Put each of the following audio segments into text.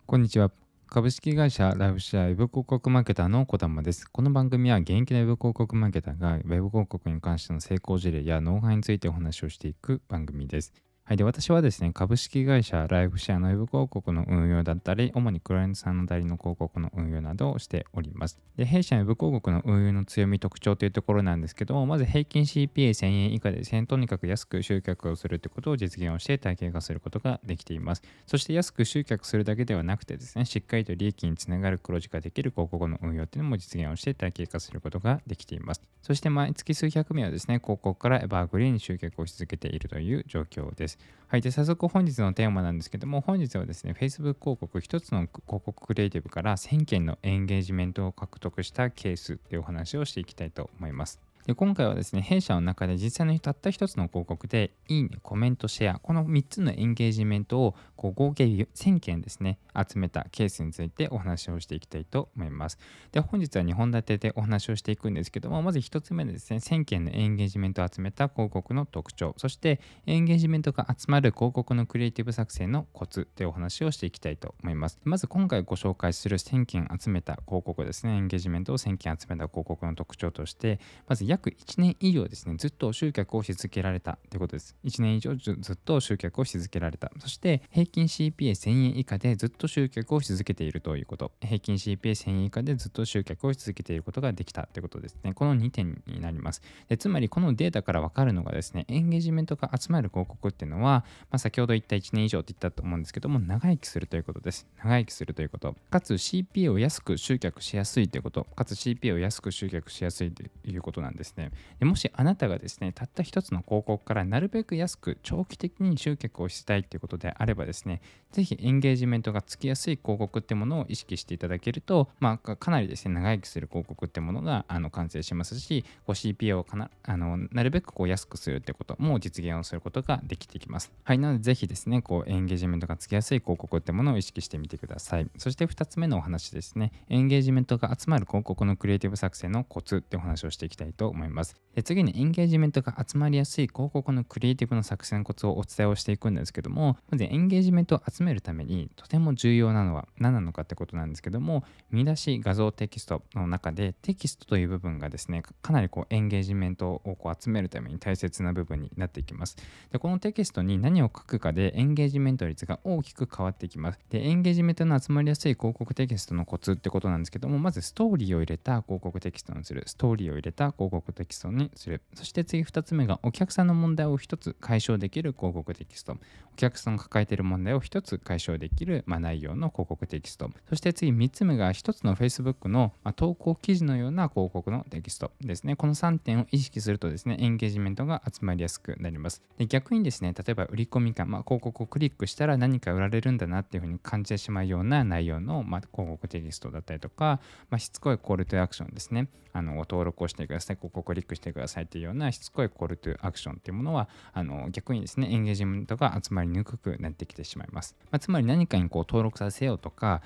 こんにちは。株式会社ライフシェアウェブ広告マーケターの小玉です。この番組は現役のウェブ広告マーケターがウェブ広告に関しての成功事例やノウハウについてお話をしていく番組です。はい。で、私はですね、株式会社ライフシェアのウェブ広告の運用だったり、主にクライアントさんの代理の広告の運用などをしております。で、弊社のウェブ広告の運用の強み、特徴というところなんですけども、まず平均 CPA1000 円以下でですね、とにかく安く集客をするということを実現をして体系化することができています。そして安く集客するだけではなくてですね、しっかりと利益につながる黒字化できる広告の運用というのも実現をして体系化することができています。そして毎月数百名はですね、広告からエバーグリーンに集客をし続けているという状況です。はい。で、早速本日のテーマなんですけども、本日はですね、Facebook 広告一つの広告クリエイティブから1000件のエンゲージメントを獲得したケースというお話をしていきたいと思います。で、今回はですね、弊社の中で実際のたった一つの広告で、いいね、コメント、シェア、この3つのエンゲージメントを合計1000件ですね、集めたケースについてお話をしていきたいと思います。で、本日は2本立てでお話をしていくんですけども、まず1つ目でですね、1000件のエンゲージメントを集めた広告の特徴、そしてエンゲージメントが集まる広告のクリエイティブ作成のコツというお話をしていきたいと思います。まず今回ご紹介する1000件集めた広告ですね、エンゲージメントを1000件集めた広告の特徴として、まず約1年以上ですね、ずっと集客をし続けられたということです。1年以上ずっと集客をし続けられた。そして平均 CPA1000 円以下でずっと集客をし続けているということ。平均 CPA1000 円以下でずっと集客をし続けていることができたということですね。この2点になります。で、つまりこのデータからわかるのがですね、エンゲージメントが集まる広告っていうのは、先ほど言った1年以上って言ったと思うんですけども、長生きするということです。長生きするということ。かつ CPA を安く集客しやすいということ。かつ CPA を安く集客しやすいということなんですね。でもしあなたがですね、たった一つの広告からなるべく安く長期的に集客をしたいということであればですね、ぜひエンゲージメントがつきやすい広告ってものを意識していただけると、かなりですね、長生きする広告ってものが完成しますし、CPA をなるべく安くするってことも実現をすることができてきます。はい、なのでぜひですね、エンゲージメントがつきやすい広告ってものを意識してみてください。そして2つ目のお話ですね、エンゲージメントが集まる広告のクリエイティブ作成のコツってお話をしていきたいと思います。で、次にエンゲージメントが集まりやすい広告のクリエイティブの作成のコツをお伝えをしていくんですけども、まずエンゲージメントを集めるためにとても重要なのは何なのかってことなんですけども、見出し、画像、テキストの中でテキストという部分がですね、かなりエンゲージメントを集めるために大切な部分になっていきます。で、このテキストに何を書くかでエンゲージメント率が大きく変わっていきます。で、エンゲージメントの集まりやすい広告テキストのコツってことなんですけども、まずストーリーを入れた広告テキストにする。ストーリーを入れた広告テキストにする。そして次2つ目がお客さんの問題を1つ解消できる広告テキスト。お客さんが抱えている問題を1つ解消できる、内容の広告テキスト。そして次3つ目が1つの Facebook の、投稿記事のような広告のテキストですね。この3点を意識するとですね、エンゲージメントが集まりやすくなります。で、逆にですね、例えば売り込みか、広告をクリックしたら何か売られるんだなっていうふうに感じてしまうような内容の、広告テキストだったりとか、しつこいコールトゥアクションですね。登録をしてください、ここをクリックしてくださいというようなしつこいコールトゥアクションっていうものは、逆にですね、エンゲージメントが集まりにくくなってきてしまいます。つまり何かに登録させようとか、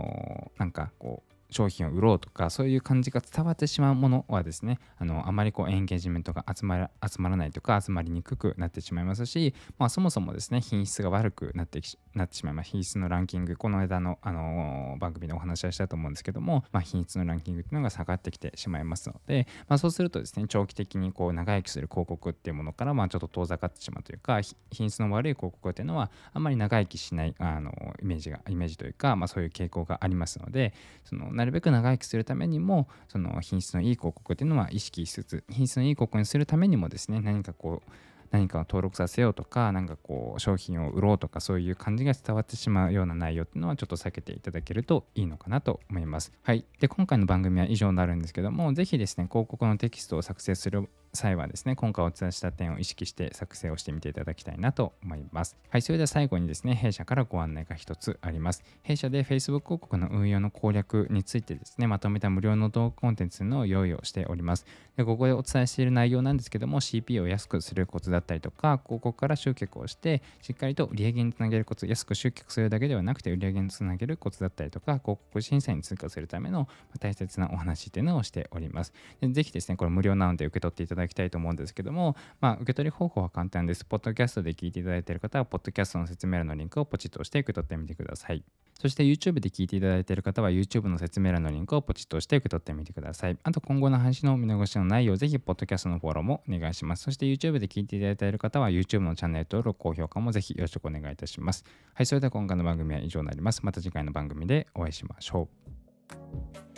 商品を売ろうとか、そういう感じが伝わってしまうものはですね、あまりエンゲージメントが集まらないとか、集まりにくくなってしまいますし、そもそもですね、品質が悪くなってしまいます。品質のランキング、この間の、番組でお話ししたと思うんですけども、品質のランキングっていうのが下がってきてしまいますので、そうするとですね、長期的に長生きする広告っていうものから、ちょっと遠ざかってしまうというか、品質の悪い広告っていうのは、あんまり長生きしない、イメージというか、そういう傾向がありますので、なるべく長生きするためにも、品質のいい広告っていうのは意識しつつ、品質のいい広告にするためにもですね、何かを登録させようとか、商品を売ろうとか、そういう感じが伝わってしまうような内容っていうのはちょっと避けていただけるといいのかなと思います。はい。で、今回の番組は以上になるんですけども、ぜひですね、広告のテキストを作成する際はですね、今回お伝えした点を意識して作成をしてみていただきたいなと思います。はい。それでは最後にですね、弊社からご案内が一つあります。弊社で Facebook 広告の運用の攻略についてですね、まとめた無料の動画コンテンツの用意をしております。で、ここでお伝えしている内容なんですけども、CP を安くするコツだったりとか、広告から集客をして、しっかりと売上につなげるコツ、安く集客するだけではなくて売上につなげるコツだったりとか、広告審査に通過するための大切なお話っていうのをしております。で、ぜひですね、これ無料なので受け取っていただだきたいと思うんですけども、受け取り方法は簡単です。ポッドキャストで聞いていただいている方は、ポッドキャストの説明欄のリンクをポチッと押して受け取ってみてください。そして YouTube で聞いていただいている方は YouTube の説明欄のリンクをポチッと押して受け取ってみてください。あと今後の配信の見逃しのないようぜひポッドキャストのフォローもお願いします。そして YouTube で聞いていただいている方は YouTube のチャンネル登録、高評価もぜひよろしくお願いいたします。はい、それでは今回の番組は以上になります。また次回の番組でお会いしましょう。